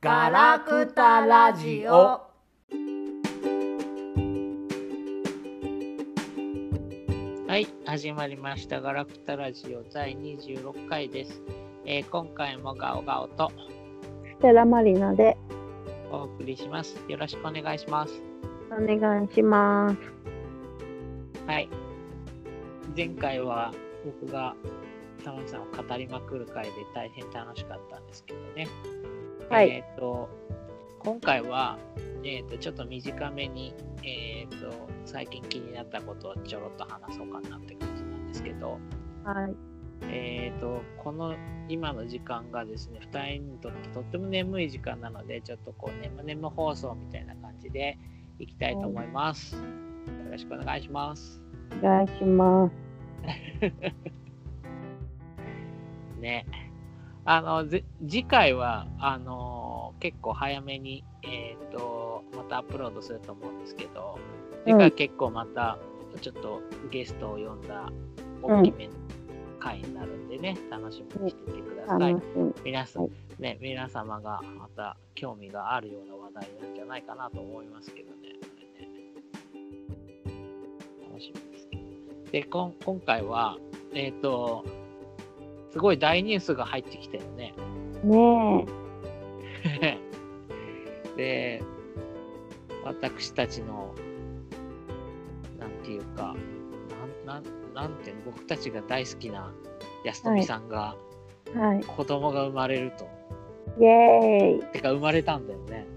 ガラクタラジオ。 はい、始まりましたガラクタラジオ第26回です。今回もガオガオとステラマリナでお送りします。よろしくお願いします。 お願いします。 はい、前回は僕が玉木さんを語りまくる回で大変楽しかったんですけどね。 はい。 今回は、ちょっと短めに、最近気になったことをちょろっと話そうかなって感じなんですけど、 はい。 この今の時間がですね、2人にとってとっても眠い時間なので、ちょっとこう眠々放送みたいな感じでいきたいと思います。よろしくお願いします。 お願いします。 ね、次回は結構早めにまたアップロードすると思うんですけど、次回結構またちょっとゲストを呼んだ大きめの回になるんでね、楽しみにしててください。皆様がまた興味があるような話題なんじゃないかなと思いますけどね。楽しみですけど。で、今回はすごい大ニュースが入ってきたよね。 ねえ。で、私たちのなんていうか、なんていうの、僕たちが大好きな安富さんが、子供が生まれると。 イエーイ。 てか生まれたんだよね。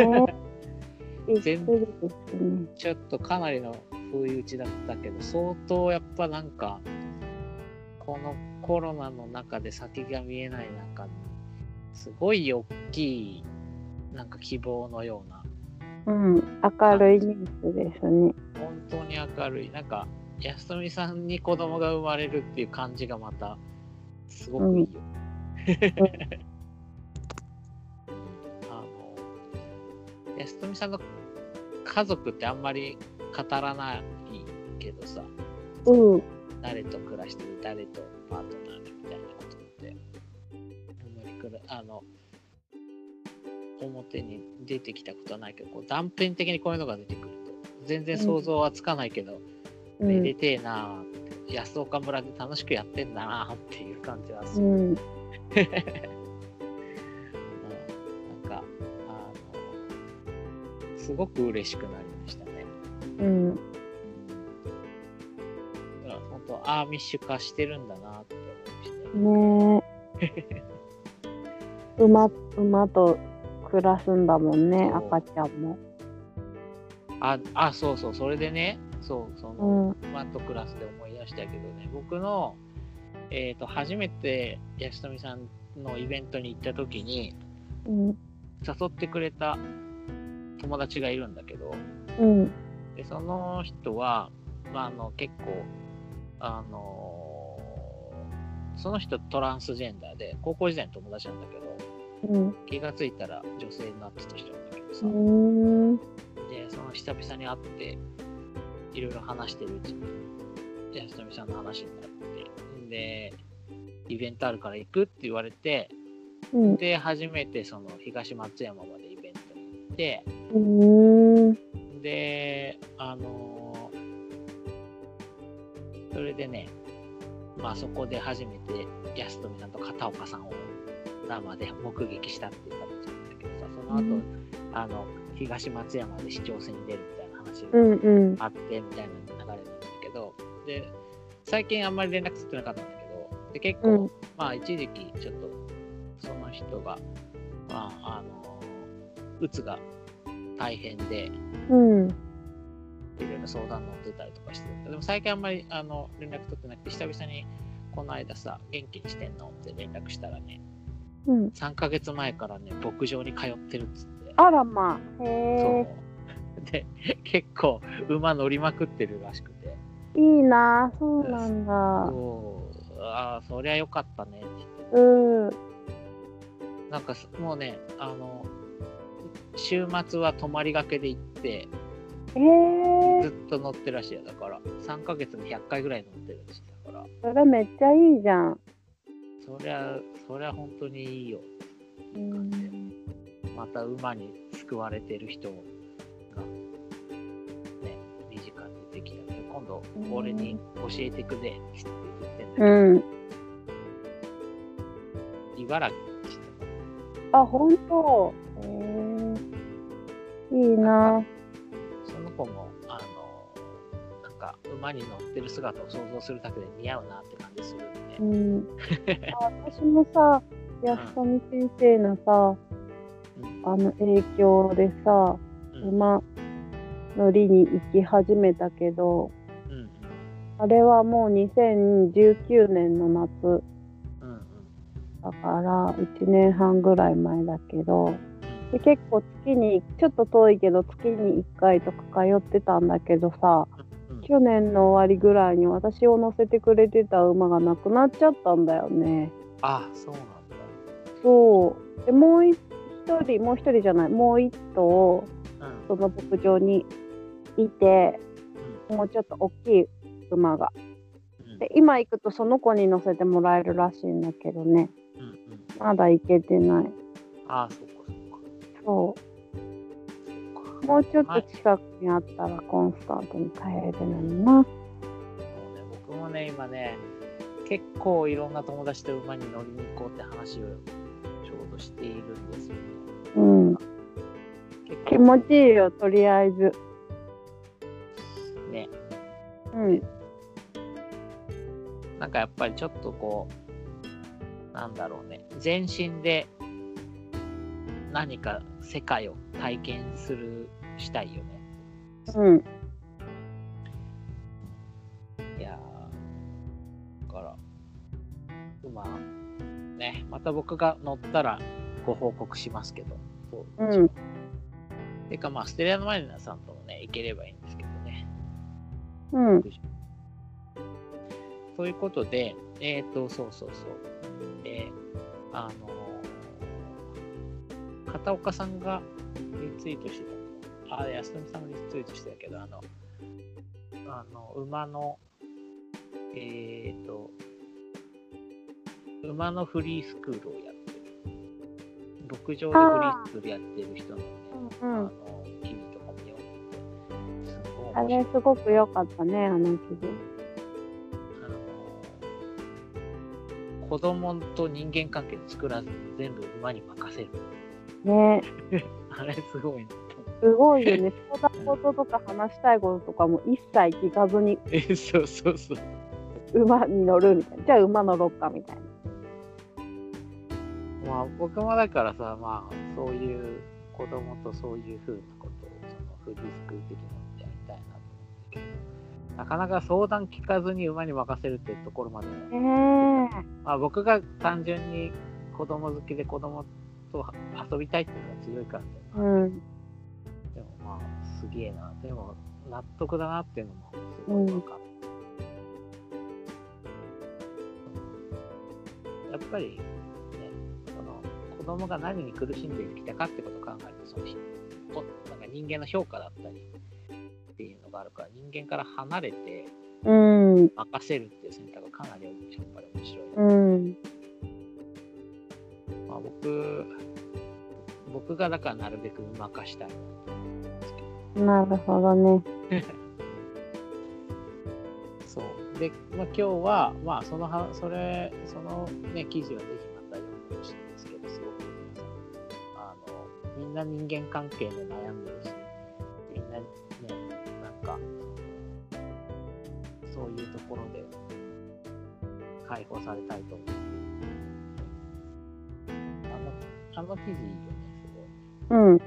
ちょっとかなりの不意打ちだったけど、相当やっぱなんかこのコロナの中で先が見えない中にすごい大きいなんか希望のような、 明るいニュースですね。 本当に明るい、なんか安富さんに子供が生まれるっていう感じがまたすごくいいよ。安富さんの家族ってあんまり語らないけどさ、誰と暮らしてる、誰とパートナーみたいなことってあんまり表に出てきたことはないけど、こう断片的にこういうのが出てくると全然想像はつかないけど、めでてえなーって、安岡村で楽しくやってんだなーっていう感じはする。なんかすごく嬉しくなりましたね。本当アーミッシュ化してるんだなって思いましたね。 馬と暮らすんだもんね、赤ちゃんも。 そうそう、それでね、その馬と暮らすで思い出したけどね、僕の初めて安富さんのイベントに行った時に、誘ってくれた友達がいるんだけど、でその人は、結構その人トランスジェンダーで高校時代の友達なんだけど、気がついたら女性になってた人なんだけどさ、でその久々に会っていろいろ話してるうちに安富さんの話になって、でイベントあるから行くって言われて、で初めてその東松山までイベントに行って、でそれでね、そこで初めて安富さんと片岡さんを生で目撃したっていう形なんだけどさ、その後、東松山で市長選に出るみたいな話があってみたいな流れなんだけど、で最近あんまり連絡取ってなかったんだけど、で結構、一時期ちょっとその人がうつが大変で、いろいろ相談乗ってたりとかしてるけど、でも最近あんまり連絡取ってなくて、久々にこの間さ、元気にしてんのって連絡したらね、3ヶ月前からね、牧場に通ってるっつって。 あらまあ、へそうで、結構馬乗りまくってるらしくて。 いいな、そうなんだ。 そりゃよかったねって言って。なんかもうね、週末は泊まりがけで行って、ずっと乗ってるらしいよ。だから3ヶ月に100回ぐらい乗ってるらしいだから。 それめっちゃいいじゃん。 そりゃ本当にいいよって感じで。 また馬に救われてる人がね、身近に出てきたけど、今度俺に教えてくれって言ってんだけど、茨城って知ってた？あ、ほんと。いいな。 その子もなんか馬に乗ってる姿を想像するだけで似合うなって感じするんで、 私もさ、安富先生のさ、影響でさ、馬乗りに行き始めたけど、あれはもう2019年の夏、だから1年半ぐらい前だけど、で結構月にちょっと遠いけど月に1回とか通ってたんだけどさ、去年の終わりぐらいに私を乗せてくれてた馬が亡くなっちゃったんだよね。 あ、そうなんだ。 そうでもう一人じゃない、もう一頭、その牧場にいて、もうちょっと大きい馬が、で今行くとその子に乗せてもらえるらしいんだけどね、まだ行けてない。 ああ、そうかそう、もうちょっと近くにあったらコンスタントに帰れるのにな。 そうね、僕もね今ね結構いろんな友達と馬に乗りに行こうって話をちょうどしているんですよね。 気持ちいいよ、とりあえずね。なんかやっぱりちょっとこうなんだろうね、全身で何か世界を体験したいよね。いやだから馬ね、また僕が乗ったらご報告しますけど、てかステレアのマリナさんともね行ければいいんですけどね。ということで、片岡さんがリツイートしてたの、安富さんがリツイートしてたけど、馬の馬のフリースクールをやってる、牧場でフリースクールやってる人のね、記事とかも読んでて、あれすごく良かったね、あの記事。 子供と人間関係作らず全部馬に任せるね。 あれすごいね。 すごいよね。相談事とか話したいこととかも一切聞かずにそう馬に乗るみたいな。じゃあ馬乗ろっかみたいな。僕もだからさ、そういう子供とそういう風なことをフリースクール的なのでやりたいなと思ってけど、なかなか相談聞かずに馬に任せるっていうところまで、僕が単純に子供好きで子供と遊びたいっていうのが強いからね。でもすげえな、でも納得だなっていうのもすごい分かる。やっぱりね、子供が何に苦しんできたかってことを考えると、なんか人間の評価だったりっていうのがあるから、人間から離れて任せるっていう選択がかなりやっぱり面白い。僕がだからなるべく任したい。 なるほどね。 そうで、今日はそのね記事はぜひまた読んでほしいんですけど、すごく皆さんみんな人間関係で悩んでるし、みんなねなんかそういうところで解放されたいと思って、あの記事いいよね、すごい。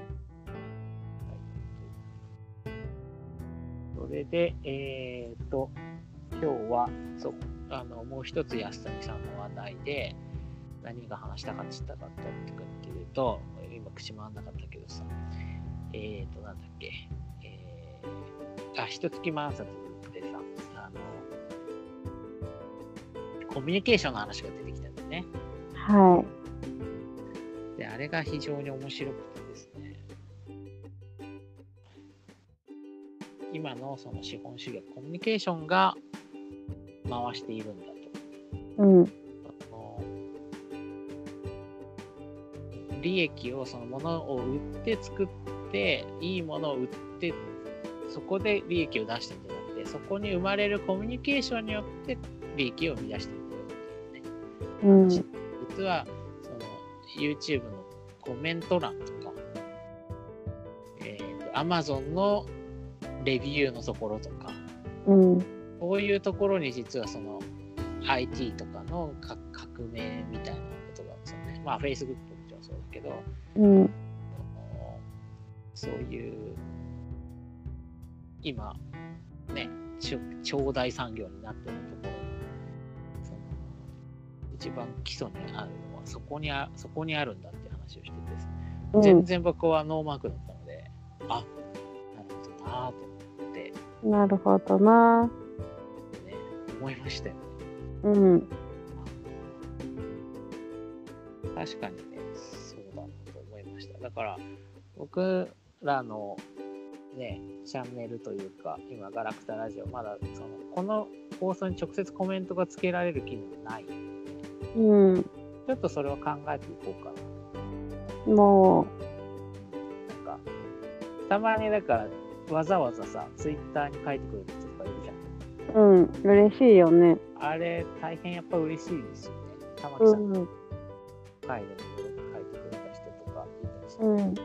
それで今日はもう一つ安富さんの話題で何が話したかって言ったかっていうと、今口回んなかったけどさ、なんだっけ、一月万冊でさ、コミュニケーションの話が出てきたんだよね。で、あれが非常に面白くてですね、今のその資本主義はコミュニケーションが回しているんだと。 利益をそのものを売って作っていいものを売ってそこで利益を出してるんじゃなくてそこに生まれるコミュニケーションによって利益を生み出してるんだよっていうね、実はその YouTube のコメント欄とか、Amazon のレビューのところとか、こういうところに実はその IT とかの革命みたいなことがですよね。まあ Facebook ももちろんそうだけど、そういう今ね超大産業になっているところ、その一番基礎にあるのはそこにあるんだって話をしててですね。全然僕はノーマークだったので、なるほどなと思って。 なるほどな。 ね、思いましたよね。確かにね、そうだなと思いました。だから僕らのねチャンネルというか今ガラクタラジオまだこの放送に直接コメントがつけられる機能ない。ちょっとそれを考えていこうかな。 もうなんかたまにだからわざわざさツイッターに書いてくれる人とかいるじゃん。 嬉しいよね。あれ大変やっぱ嬉しいですよね。玉木さんの回で書いてくれた人とかいたりして、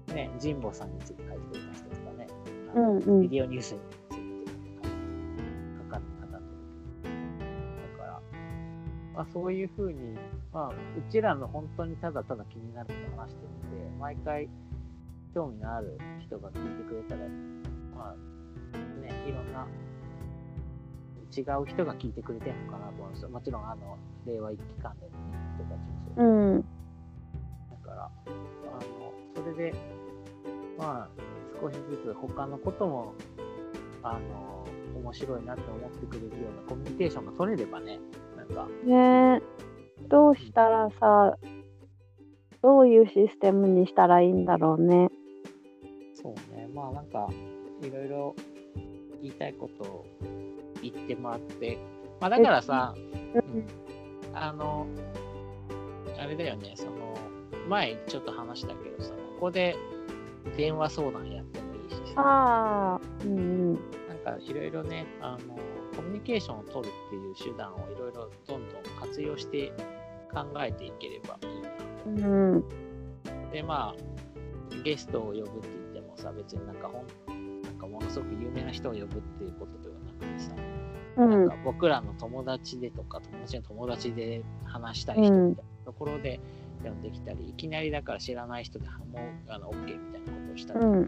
ね、神保さんについて書いてくれた人とかね、ビデオニュースについて書かれた方とだから、まあ、そういう風に、まあ、うちらの本当にただただ気になることを話してるんで、毎回興味のある人が聞いてくれたら、まあね、いろんな違う人が聞いてくれてるのかなと思うんですよ。もちろん令和一期関連の人たちもそうです。だからそれでまあ少しずつ他のことも面白いなって思ってくれるようなコミュニケーションが取れればね、なんかね、どうしたらさ、どういうシステムにしたらいいんだろうね。 そうね、まあなんかいろいろ言いたいことを言ってもらって、まあだからさ、あれだよね、前ちょっと話したけどさ、ここで電話相談やってもいいしさ、なんかいろいろね、コミュニケーションを取るっていう手段をいろいろどんどん活用して考えていければいいな。で、まあ、ゲストを呼ぶって言ってもさ、別になんかものすごく有名な人を呼ぶっていうことではなくてさ、なんか僕らの友達でとか、友達の友達で話したい人みたいなところで呼んできたり、いきなりだから知らない人でもOK みたいなことをしたりとか、なん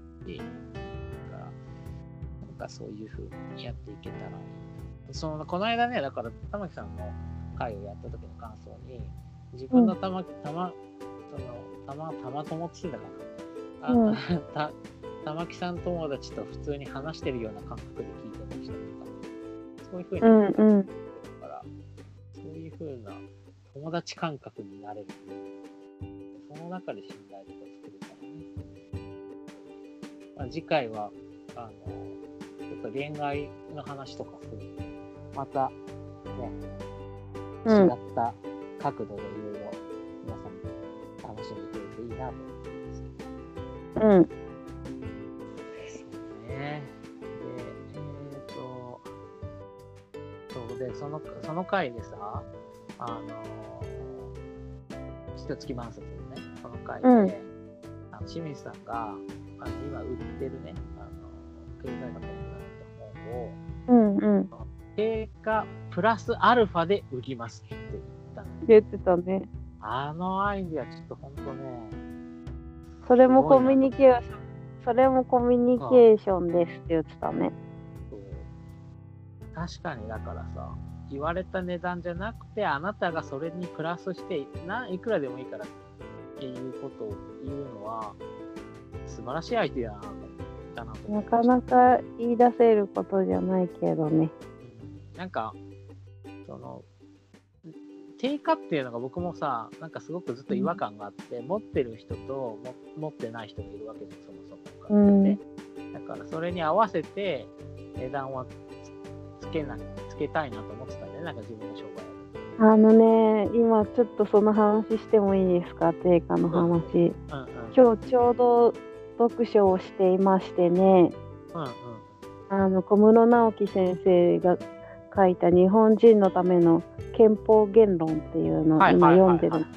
かそういう風にやっていけたら、この間ね、だから玉木さんの会をやった時の感想に、自分の玉友って言ってたかな、玉木さん友達と普通に話してるような感覚で聞いてましたとか、そういう風に言ってたから、そういう風な友達感覚になれる。その中で信頼とか作るからね。まあ、次回はちょっと恋愛の話とかするんで、またね、違った角度でいろいろ皆さん楽しんでくれていいなと思います。そうね。で、その回でさ、一月満足のね、その回で、清水さんが今売ってるね、経済学になった本を、定価プラスアルファで売りますって言ってたね。 あのアイディアちょっとほんとね、 それもコミュニケーションですって言ってたね。 確かにだからさ、言われた値段じゃなくて、あなたがそれにプラスしていくらでもいいからっていうことを言うのは素晴らしいアイデアだなと思いました。 なかなか言い出せることじゃないけどね。 なんか定価っていうのが僕もさ、なんかすごくずっと違和感があって、持ってる人と持ってない人がいるわけです、そもそもからね。だからそれに合わせて値段はつけたいなと思ってたんだよね、なんか自分の商売今ちょっとその話してもいいですか、定価の話。 うんうん、 今日ちょうど読書をしていましてね、小室直樹先生が書いた日本人のための憲法言論っていうのを今読んでる。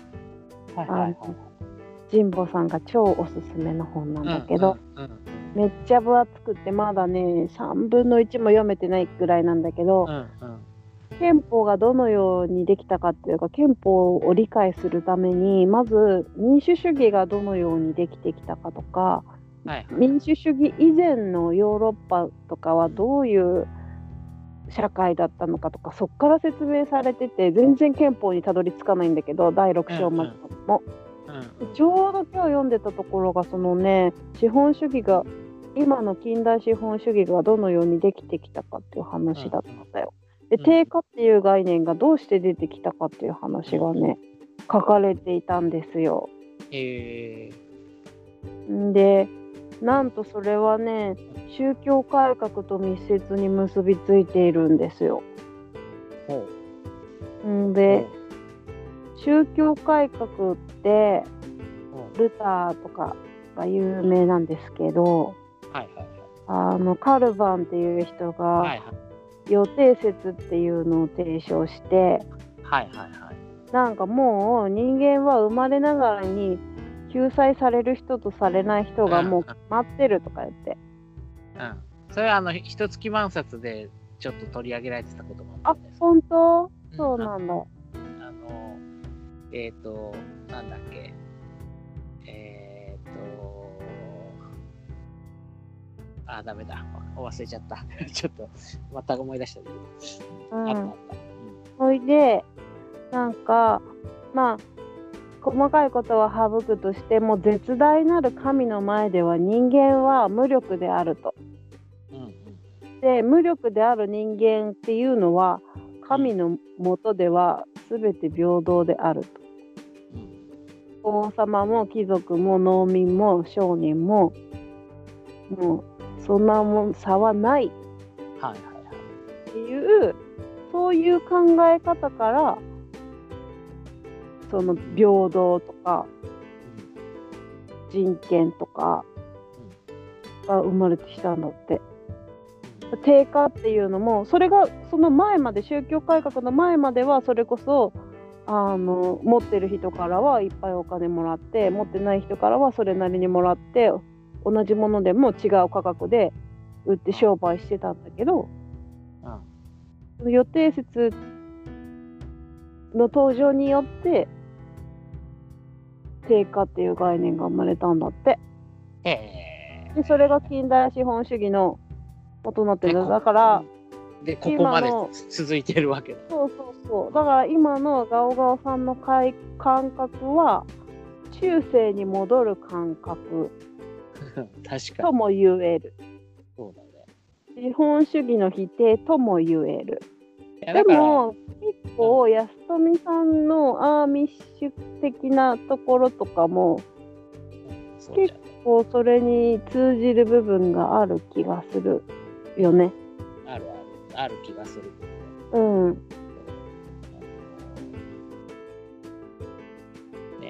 神保さんが超おすすめの本なんだけど、めっちゃ分厚くってまだね3分の1も読めてないぐらいなんだけど、憲法がどのようにできたかっていうか、憲法を理解するためにまず民主主義がどのようにできてきたかとか、民主主義以前のヨーロッパとかはどういう社会だったのかとか、そっから説明されてて、全然憲法にたどり着かないんだけど、第6章までも、ちょうど今日読んでたところがそのね、資本主義が今の近代資本主義がどのようにできてきたかっていう話だったんだよ。で、定価っていう概念がどうして出てきたかっていう話がね書かれていたんですよ。で、なんとそれはね、宗教改革と密接に結びついているんですよ。で、宗教改革ってルターとかが有名なんですけど、カルバンっていう人が予定説っていうのを提唱して、なんかもう人間は生まれながらに救済される人とされない人がもう決まってるとか言って、 それは一月万冊でちょっと取り上げられてたこともあったんです。 本当？そうなんだ。 なんだっけ、ダメだ、忘れちゃったちょっとまた思い出したけど、あった。 それでなんか細かいことは省くとしても、絶大なる神の前では人間は無力であると。で、無力である人間っていうのは神の下では全て平等であると。王様も貴族も農民も商人ももうそんなもん差はないっていう、そういう考え方からその平等とか人権とかが生まれてきたんだって。定価っていうのも、それがその前まで、宗教改革の前まではそれこそ持ってる人からはいっぱいお金もらって、持ってない人からはそれなりにもらって、同じものでも違う価格で売って商売してたんだけど、予定説の登場によって定価っていう概念が生まれたんだって。で、それが近代資本主義の元になってる。だからでここまで続いてるわけだ。 そうだから今のガオガオさんの感覚は中世に戻る感覚確かとも言える。 そうだね。 資本主義の否定とも言える。でも結構安富さんのアーミッシュ的なところとかも結構それに通じる部分がある気がするよね。 ある気がする。ね。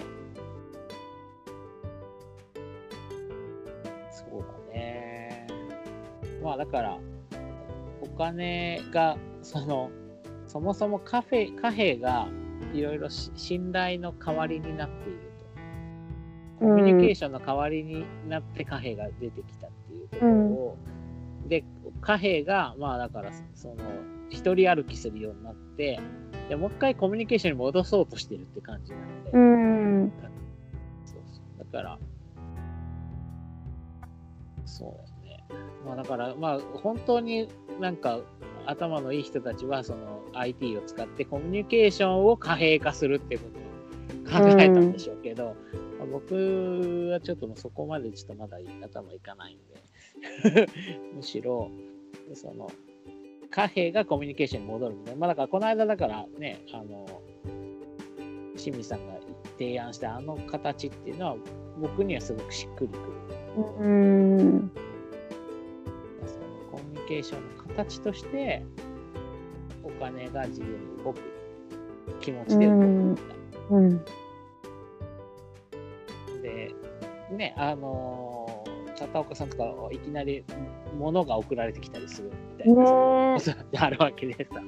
そうだね。だからお金がそもそも貨幣がいろいろ信頼の代わりになっていると。コミュニケーションの代わりになって貨幣が出てきたっていうところを、で貨幣がだから一人歩きするようになって、でもう一回コミュニケーションに戻そうとしてるって感じなので、だからそうだよね。だから本当になんか頭のいい人たちはその IT を使ってコミュニケーションを貨幣化するっていうことを考えたんでしょうけど、僕はちょっとそこまでちょっとまだ頭いかないんでむしろその貨幣がコミュニケーションに戻るみたいな。だからこの間だからね、清水さんが提案した形っていうのは僕にはすごくしっくりくる。そのコミュニケーションの形としてお金が自由に動く。 気持ちで受け取った。 うん。 で、ね、片岡さんとかいきなり物が送られてきたりするみたいなことがあるわけでさ。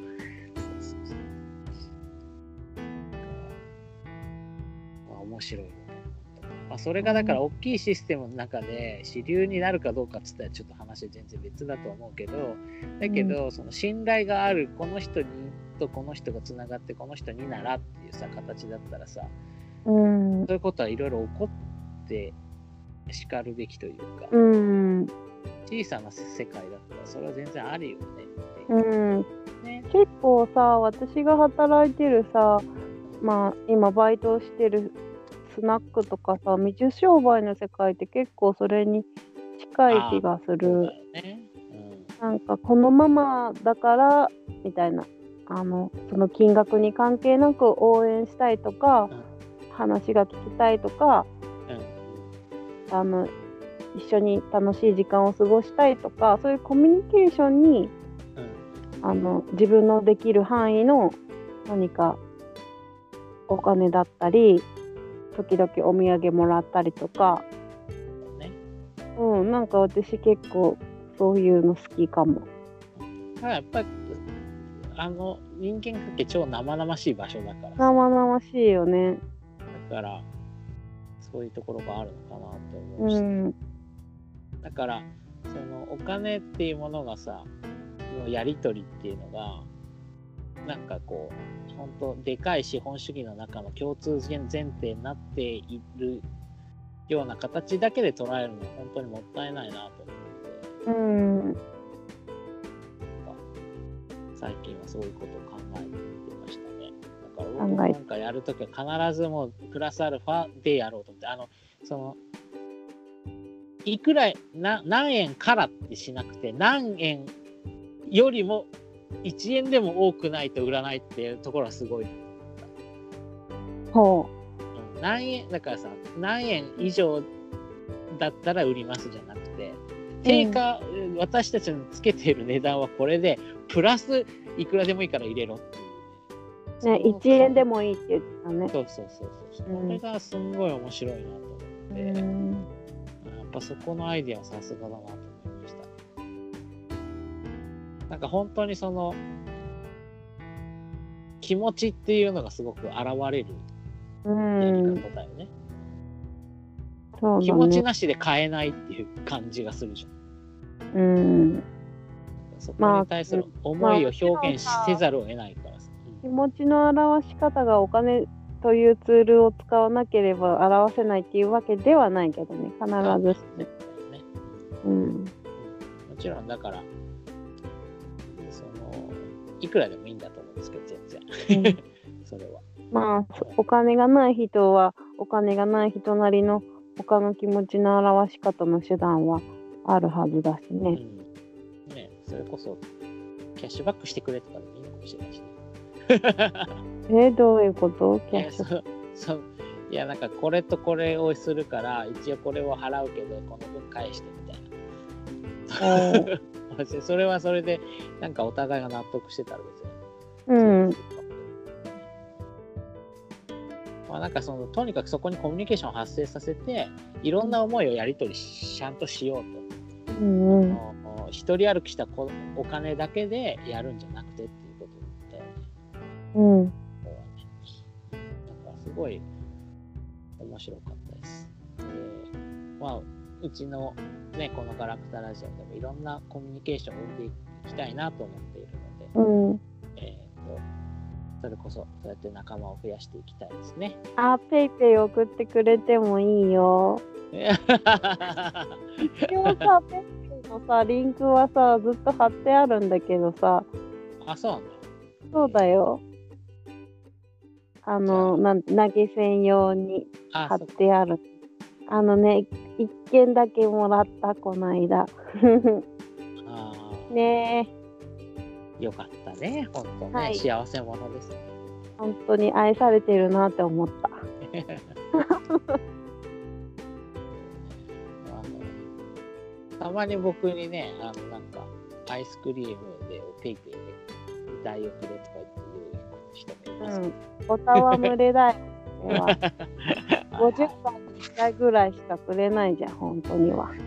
面白いよね。それがだから大きいシステムの中で主流になるかどうかっつったらちょっと話は全然別だと思うけど、だけどその信頼があるこの人とこの人がつながってこの人にならっていうさ形だったらさ、そういうことはいろいろ起こってしかるべきというか、小さな世界だったらそれは全然あるよね。 ね、結構さ、私が働いてるさ、まあ今バイトをしてるスナックとかさ、水商売の世界って結構それに近い気がする。なんかこのままだからみたいな、その金額に関係なく応援したいとか、話が聞きたいとか、一緒に楽しい時間を過ごしたいとか、そういうコミュニケーションに、自分のできる範囲の何かお金だったり、時々お土産もらったりとか、なんか私結構そういうの好きかも。 やっぱり人間関係超生々しい場所だから。 生々しいよね。 だからそういうところがあるのかなって思うし、だからそのお金っていうものがさ、のやり取りっていうのがなんかこう本当でかい資本主義の中の共通前提になっているような形だけで捉えるのは本当にもったいないなと思って、最近はそういうことを考えてましたね。だから僕もなんかやるときは必ずもうプラスアルファでやろうと思って、そのいくら何円からってしなくて何円よりも1円でも多くないと売らないっていうところはすごい。何円だからさ、何円以上だったら売りますじゃなくて、定価、私たちのつけている値段はこれでプラスいくらでもいいから入れろっていうね。 1円でもいいって言ってたね。 そう。これがすんごい面白いなと思って、やっぱそこのアイディアはさすがだなと思いました。なんか本当にその気持ちっていうのがすごく現れるやり方だよね。そうだね。気持ちなしで買えないっていう感じがするじゃん。そこに対する思いを表現せざるを得ないからさ。 気持ちの表し方がお金というツールを使わなければ表せないっていうわけではないけどね、必ずしも。 もちろんだからいくらでもいいんだと思うんですけど、全然それは。まあお金がない人はお金がない人なりの他の気持ちの表し方の手段はあるはずだしね。 ね、それこそキャッシュバックしてくれとかでもいいのかもしれないしね。どういうこと？キャッシュいやなんかこれとこれをするから一応これを払うけどこの分返してみたいな。それはそれでなんかお互いが納得してたら別に。なんかとにかくそこにコミュニケーションを発生させていろんな思いをやり取りちゃんとしようと。一人歩きしたお金だけでやるんじゃなくてっていうことだよね。なんかすごい面白かったです。うちのね、このガラクタラジオでもいろんなコミュニケーションを生んでいきたいなと思っているので、それこそそうやって仲間を増やしていきたいですね。 ペイペイ送ってくれてもいいよ。一応さ、ペイペイのさ、リンクはさ、ずっと貼ってあるんだけどさ。 そうなんだ。 そうだよ。投げ銭用に貼ってある。一件だけもらったこの間。ねえ。よかったね、本当ね、幸せ者ですね。 本当に愛されてるなって思った。 たまに僕にね、なんかアイスクリームでペイペイで代をくれとか言って言う人もいますけど、 おたわむれだよ。50回に1回ぐらいしかくれないじゃん、本当には。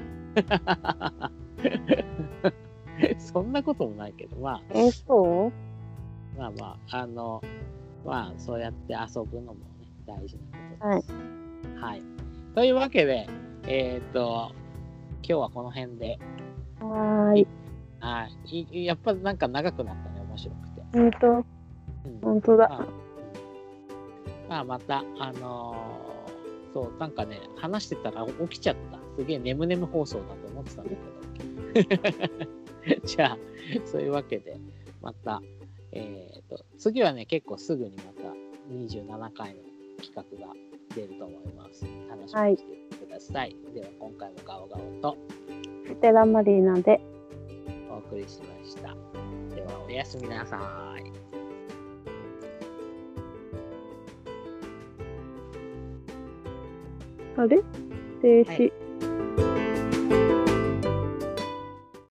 そんなこともないけど、まあ。 そうまあまあ、まあ、そうやって遊ぶのもね、大事なことです。はい。というわけで、今日はこの辺で。 はい。 やっぱなんか長くなったね、面白くて。 本当だ。 まあ、また、そう、なんかね、話してたら起きちゃった。すげえ眠々放送だと思ってたんだけど。じゃあ、そういうわけで、また、次はね、結構すぐにまた27回の企画が出ると思います。楽しみにしてください。では、今回もガオガオとステラマリーナでお送りしました。では、おやすみなさい。 あれ停止。